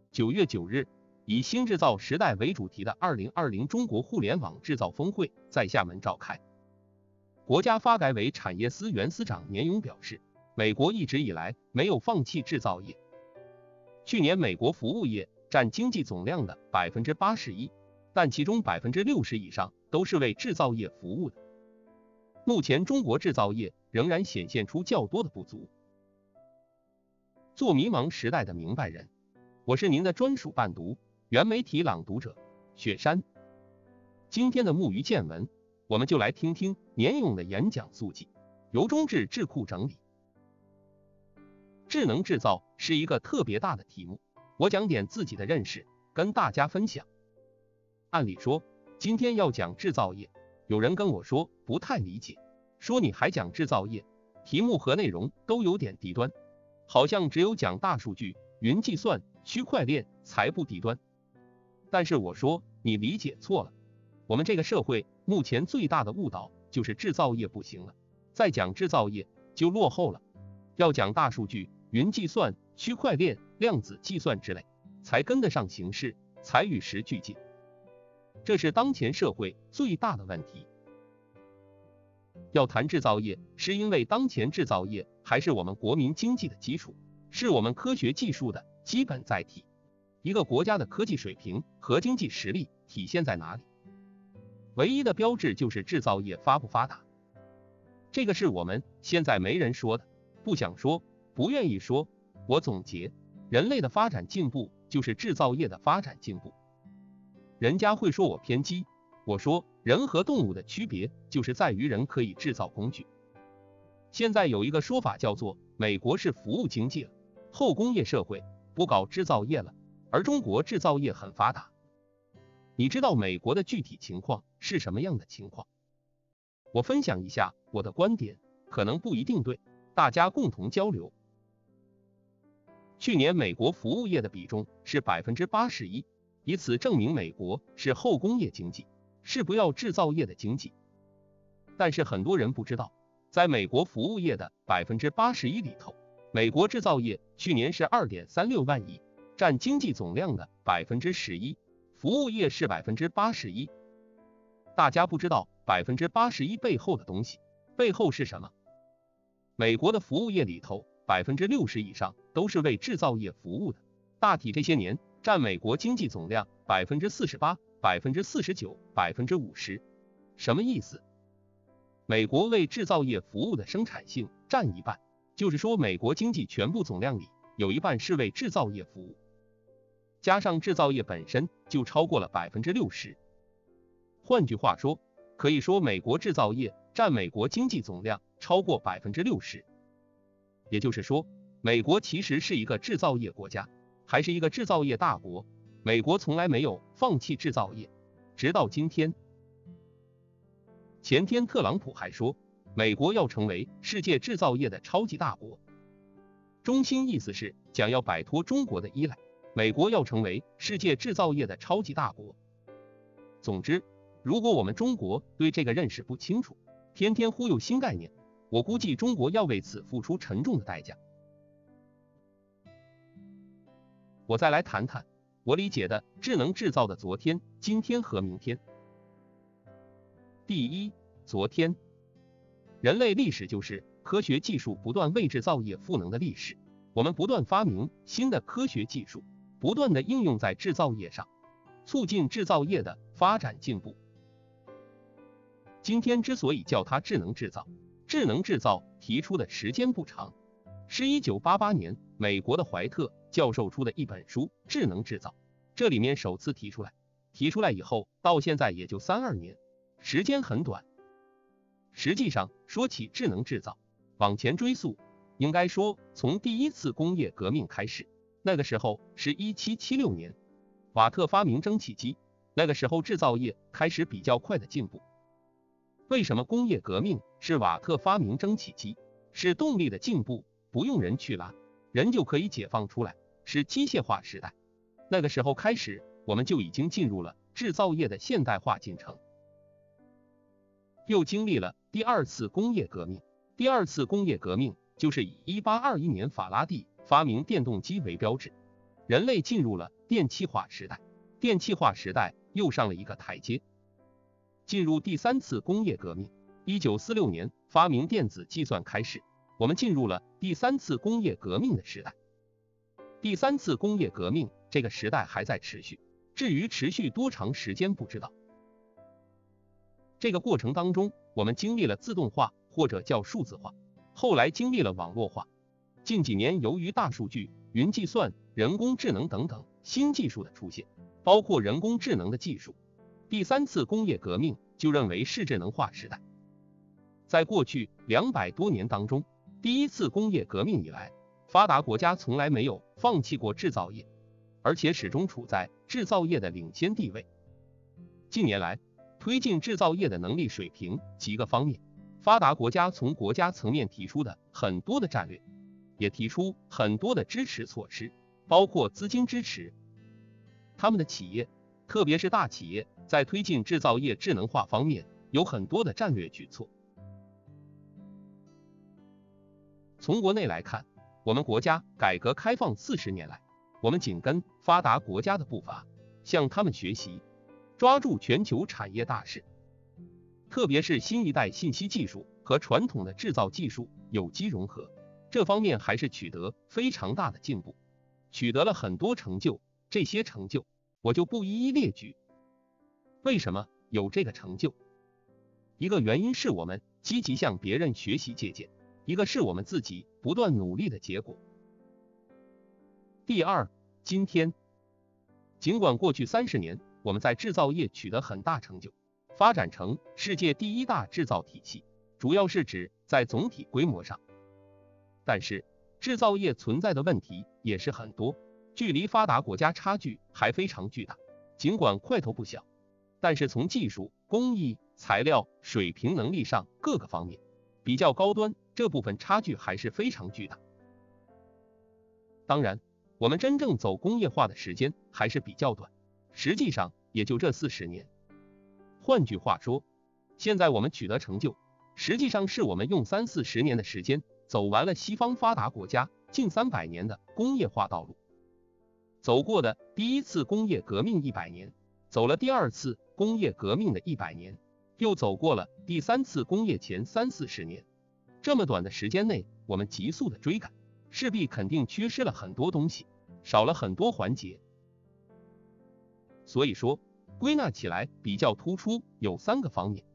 9月9日，以新制造时代为主题的2020中国互联网制造峰会在厦门召开。国家发改委产业司原司长年勇表示，美国一直以来没有放弃制造业。去年美国服务业占经济总量的81%，但其中60%以上都是为制造业服务的。目前中国制造业仍然显现出较多的不足。做迷茫时代的明白人，我是您的专属伴读，原媒体朗读者雪山。今天的木鱼见闻，我们就来听听年勇的演讲速记，由中智智库整理。智能制造是一个特别大的题目，我讲点自己的认识跟大家分享。按理说今天要讲制造业，有人跟我说不太理解，说你还讲制造业，题目和内容都有点低端，好像只有讲大数据、云计算、区块链才不低端。但是我说你理解错了，我们这个社会目前最大的误导就是制造业不行了，再讲制造业就落后了，要讲大数据、云计算、区块链、量子计算之类，才跟得上形势，才与时俱进。这是当前社会最大的问题。要谈制造业，是因为当前制造业还是我们国民经济的基础，是我们科学技术的基本载体。一个国家的科技水平和经济实力体现在哪里？唯一的标志就是制造业发不发达。这个是我们现在没人说的，不想说，不愿意说。我总结，人类的发展进步就是制造业的发展进步。人家会说我偏激，我说人和动物的区别就是在于人可以制造工具。现在有一个说法叫做美国是服务经济了，后工业社会，不搞制造业了，而中国制造业很发达。你知道美国的具体情况是什么样的情况？我分享一下我的观点，可能不一定对，大家共同交流。去年美国服务业的比重是81%，以此证明美国是后工业经济，是不要制造业的经济。但是很多人不知道，在美国服务业的81%里头，美国制造业去年是2.36万亿，占经济总量的11%，服务业是81%。大家不知道81%背后的东西，背后是什么？美国的服务业里头60%以上都是为制造业服务的，大体这些年占美国经济总量48%、49%、50%。什么意思？美国为制造业服务的生产性占一半，就是说美国经济全部总量里有一半是为制造业服务，加上制造业本身就超过了60%。换句话说，可以说美国制造业占美国经济总量超过60%。也就是说，美国其实是一个制造业国家，还是一个制造业大国。美国从来没有放弃制造业，直到今天。前天特朗普还说，美国要成为世界制造业的超级大国，中心意思是讲要摆脱中国的依赖，美国要成为世界制造业的超级大国。总之，如果我们中国对这个认识不清楚，天天忽悠新概念，我估计中国要为此付出沉重的代价。我再来谈谈我理解的智能制造的昨天、今天和明天。第一，昨天，人类历史就是科学技术不断为制造业赋能的历史，我们不断发明新的科学技术，不断的应用在制造业上，促进制造业的发展进步。今天之所以叫它智能制造，智能制造提出的时间不长，是1988年美国的怀特教授出的一本书《智能制造》，这里面首次提出来以后到现在也就32年，时间很短。实际上说起智能制造，往前追溯，应该说从第一次工业革命开始，那个时候是1776年，瓦特发明蒸汽机，那个时候制造业开始比较快的进步。为什么工业革命是瓦特发明蒸汽机？是动力的进步，不用人去拉，人就可以解放出来，是机械化时代。那个时候开始，我们就已经进入了制造业的现代化进程。又经历了第二次工业革命，第二次工业革命就是以1821年法拉第发明电动机为标志， 人类进入了电气化时代，电气化时代又上了一个台阶，进入第三次工业革命。1946年发明电子计算开始，我们进入了第三次工业革命的时代。第三次工业革命这个时代还在持续，至于持续多长时间不知道。这个过程当中，我们经历了自动化或者叫数字化，后来经历了网络化。近几年由于大数据、云计算、人工智能等等新技术的出现，包括人工智能的技术，第三次工业革命就认为是智能化时代。在过去200多年当中，第一次工业革命以来，发达国家从来没有放弃过制造业，而且始终处在制造业的领先地位。近年来，推进制造业的能力水平几个方面，发达国家从国家层面提出的很多的战略，也提出很多的支持措施，包括资金支持。他们的企业，特别是大企业，在推进制造业智能化方面有很多的战略举措。从国内来看，我们国家改革开放40年来，我们紧跟发达国家的步伐，向他们学习，抓住全球产业大势，特别是新一代信息技术和传统的制造技术有机融合，这方面还是取得非常大的进步，取得了很多成就。这些成就我就不一一列举。为什么有这个成就？一个原因是我们积极向别人学习借鉴，一个是我们自己不断努力的结果。第二，今天，尽管过去30年我们在制造业取得很大成就，发展成世界第一大制造体系，主要是指在总体规模上，但是制造业存在的问题也是很多，距离发达国家差距还非常巨大。尽管块头不小，但是从技术、工艺、材料、水平能力上各个方面比较高端，这部分差距还是非常巨大。当然，我们真正走工业化的时间还是比较短，实际上也就这40年。换句话说，现在我们取得成就，实际上是我们用30-40年的时间走完了西方发达国家近300年的工业化道路，走过的第一次工业革命100年，走了第二次工业革命的100年，又走过了第三次工业前30-40年。这么短的时间内，我们急速的追赶，势必肯定缺失了很多东西，少了很多环节。所以说，归纳起来比较突出有3个方面。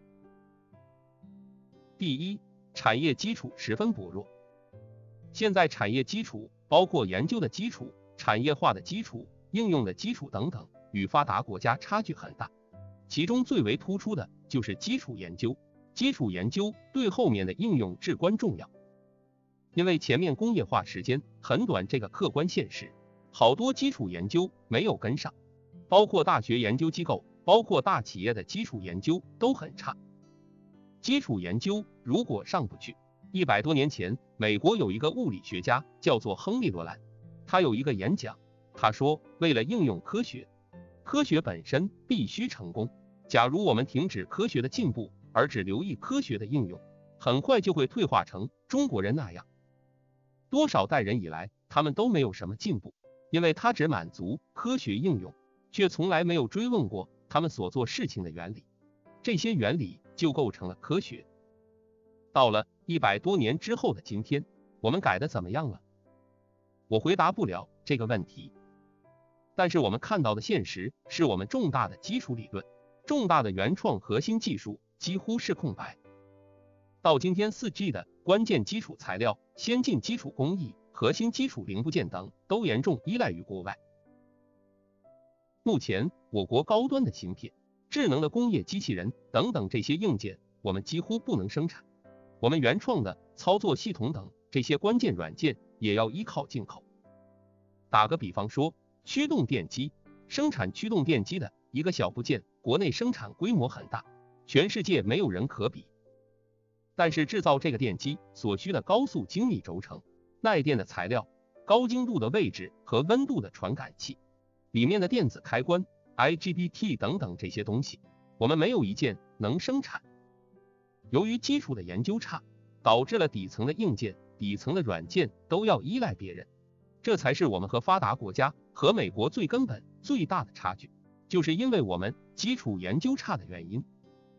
第一，产业基础十分薄弱。现在产业基础包括研究的基础、产业化的基础、应用的基础等等，与发达国家差距很大。其中最为突出的就是基础研究，基础研究对后面的应用至关重要。因为前面工业化时间很短，这个客观现实，好多基础研究没有跟上，包括大学研究机构，包括大企业的基础研究都很差。基础研究如果上不去，100多年前，美国有一个物理学家叫做亨利·罗兰，他有一个演讲，他说，为了应用科学，科学本身必须成功。假如我们停止科学的进步，而只留意科学的应用，很快就会退化成中国人那样。多少代人以来，他们都没有什么进步，因为他只满足科学应用，却从来没有追问过他们所做事情的原理。这些原理就构成了科学。到了100多年之后的今天，我们改得怎么样了？我回答不了这个问题。但是我们看到的现实是我们重大的基础理论、重大的原创核心技术几乎是空白。到今天 4G 的关键基础材料、先进基础工艺、核心基础零部件等都严重依赖于国外。目前我国高端的芯片、智能的工业机器人等等这些硬件，我们几乎不能生产。我们原创的操作系统等这些关键软件也要依靠进口。打个比方说，驱动电机，生产驱动电机的一个小部件，国内生产规模很大，全世界没有人可比。但是制造这个电机所需的高速精密轴承、耐电的材料、高精度的位置和温度的传感器、里面的电子开关、IGBT 等等这些东西，我们没有一件能生产。由于基础的研究差，导致了底层的硬件、底层的软件都要依赖别人， 这才是我们和发达国家和美国最根本最大的差距，就是因为我们基础研究差的原因。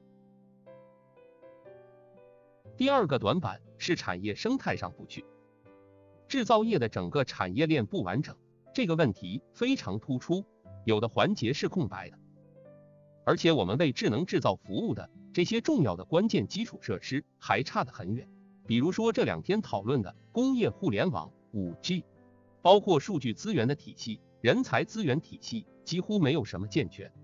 第二个短板是产业生态上不去，制造业的整个产业链不完整，这个问题非常突出，有的环节是空白的。而且我们为智能制造服务的这些重要的关键基础设施还差得很远，比如说这2天讨论的工业互联网 5G， 包括数据资源的体系、人才资源体系几乎没有什么健全。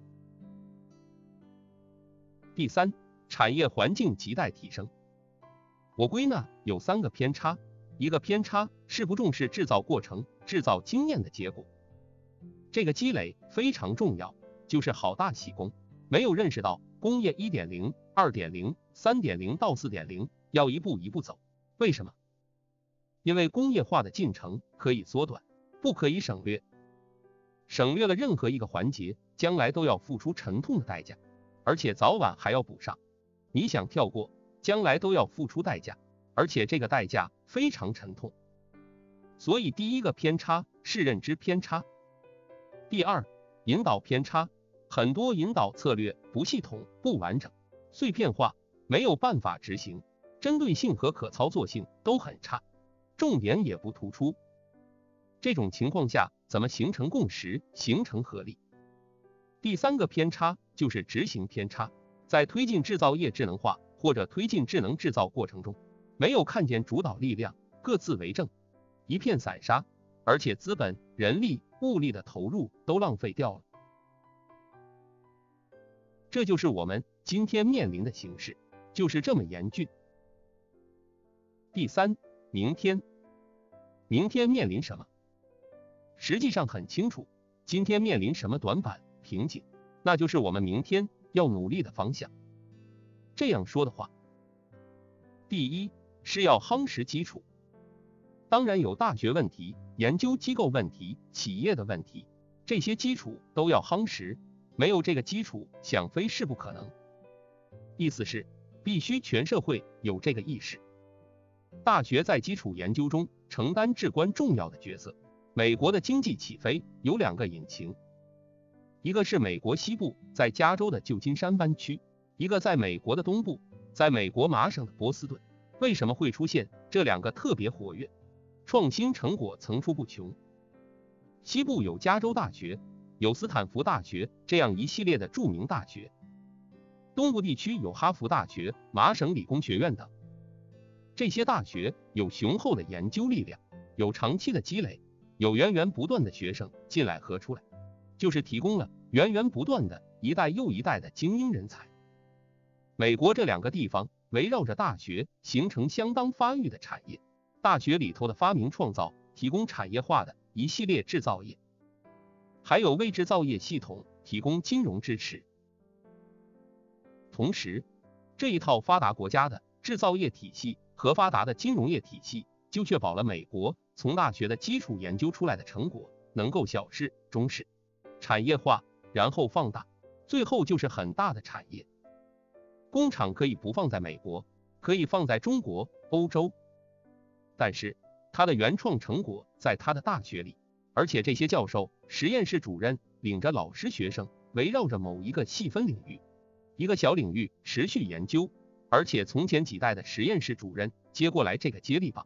第三，产业环境亟待提升。我归纳有3个偏差，一个偏差是不重视制造过程、制造经验的结果，这个积累非常重要，就是好大喜功，没有认识到工业 1.0、2.0、3.0 到 4.0 要一步一步走。为什么？因为工业化的进程可以缩短，不可以省略。省略了任何一个环节，将来都要付出沉痛的代价，而且早晚还要补上。你想跳过，将来都要付出代价，而且这个代价非常沉痛。所以第一个偏差是认知偏差。第二，引导偏差，很多引导策略不系统、不完整、碎片化，没有办法执行，针对性和可操作性都很差，重点也不突出。这种情况下怎么形成共识、形成合力？第三个偏差就是执行偏差，在推进制造业智能化或者推进智能制造过程中，没有看见主导力量各自为政，一片散沙，而且资本、人力、物力的投入都浪费掉了。这就是我们今天面临的形势，就是这么严峻。第三，明天面临什么？实际上很清楚，今天面临什么短板、瓶颈，那就是我们明天要努力的方向。这样说的话，第一是要夯实基础，当然有大学问题、研究机构问题、企业的问题，这些基础都要夯实，没有这个基础，想飞是不可能。意思是，必须全社会有这个意识。大学在基础研究中承担至关重要的角色。美国的经济起飞有2个引擎，一个是美国西部在加州的旧金山湾区，一个在美国的东部，在美国麻省的波士顿。为什么会出现这2个特别活跃？创新成果层出不穷。西部有加州大学，有斯坦福大学这样一系列的著名大学，东部地区有哈佛大学、麻省理工学院等。这些大学有雄厚的研究力量，有长期的积累，有源源不断的学生进来和出来，就是提供了源源不断的一代又一代的精英人才。美国这2个地方围绕着大学形成相当发育的产业，大学里头的发明创造提供产业化的一系列制造业，还有为制造业系统提供金融支持。同时，这一套发达国家的制造业体系和发达的金融业体系，就确保了美国从大学的基础研究出来的成果能够小试、中试、产业化，然后放大，最后就是很大的产业。工厂可以不放在美国，可以放在中国、欧洲，但是它的原创成果在它的大学里，而且这些教授、实验室主任领着老师、学生，围绕着某一个细分领域、一个小领域持续研究，而且从前几代的实验室主任接过来这个接力棒。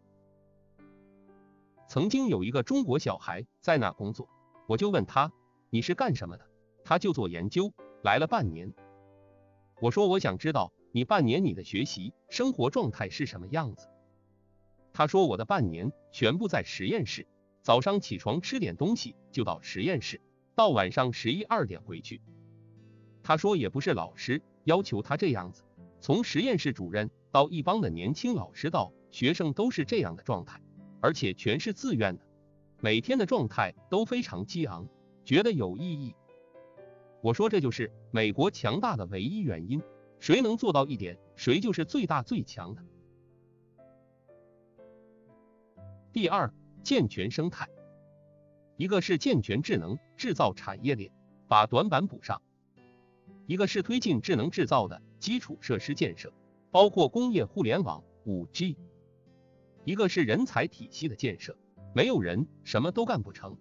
曾经有一个中国小孩在那工作，我就问他，你是干什么的？他就做研究，来了半年。我说我想知道你半年你的学习生活状态是什么样子。他说我的半年全部在实验室，早上起床吃点东西就到实验室，到晚上11、2点回去。他说也不是老师要求他这样子，从实验室主任到一帮的年轻老师到学生都是这样的状态，而且全是自愿的，每天的状态都非常激昂，觉得有意义。我说这就是美国强大的唯一原因，谁能做到一点，谁就是最大最强的。第二，健全生态，一个是健全智能制造产业链，把短板补上；一个是推进智能制造的基础设施建设，包括工业互联网、5G；一个是人才体系的建设， 没有人什么都干不成。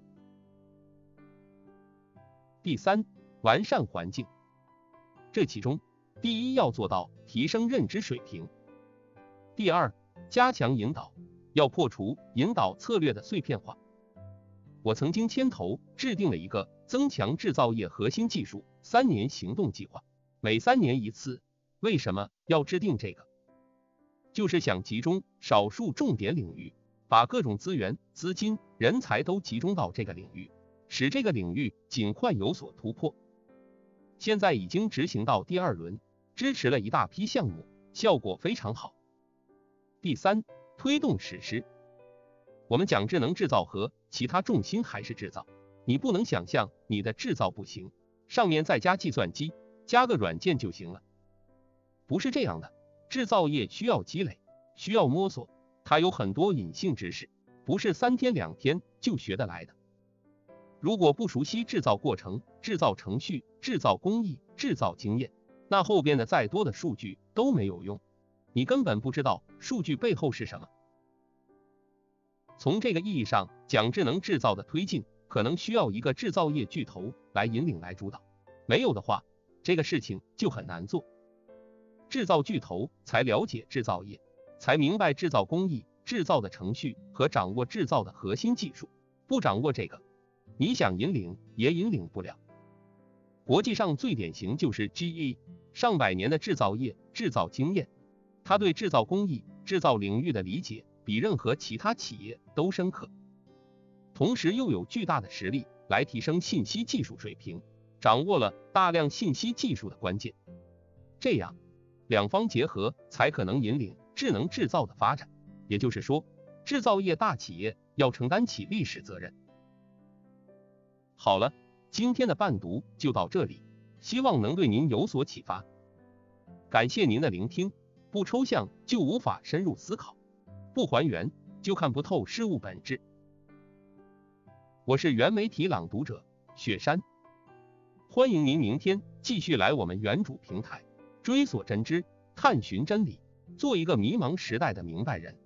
第三，完善环境。这其中，第一要做到提升认知水平。第二，加强引导，要破除引导策略的碎片化。我曾经牵头制定了一个增强制造业核心技术3年行动计划，每3年一次。为什么要制定这个？就是想集中少数重点领域，把各种资源、资金、人才都集中到这个领域，使这个领域尽快有所突破。现在已经执行到第2轮，支持了一大批项目，效果非常好。第三，推动实施。我们讲智能制造和其他重心还是制造，你不能想象你的制造不行，上面再加计算机，加个软件就行了。不是这样的，制造业需要积累，需要摸索，它有很多隐性知识，不是3天2天就学得来的。如果不熟悉制造过程、制造程序、制造工艺、制造经验，那后边的再多的数据都没有用，你根本不知道数据背后是什么。从这个意义上讲，智能制造的推进可能需要一个制造业巨头来引领来主导，没有的话，这个事情就很难做。制造巨头才了解制造业，才明白制造工艺、制造的程序和掌握制造的核心技术，不掌握这个，你想引领也引领不了。国际上最典型就是 GE， 上百年的制造业制造经验，他对制造工艺、制造领域的理解比任何其他企业都深刻，同时又有巨大的实力来提升信息技术水平，掌握了大量信息技术的关键。这样两方结合才可能引领智能制造的发展，也就是说，制造业大企业要承担起历史责任。好了，今天的伴读就到这里，希望能对您有所启发。感谢您的聆听，不抽象就无法深入思考，不还原就看不透事物本质。我是原媒体朗读者雪山，欢迎您明天继续来我们原主平台，追索真知，探寻真理，做一个迷茫时代的明白人。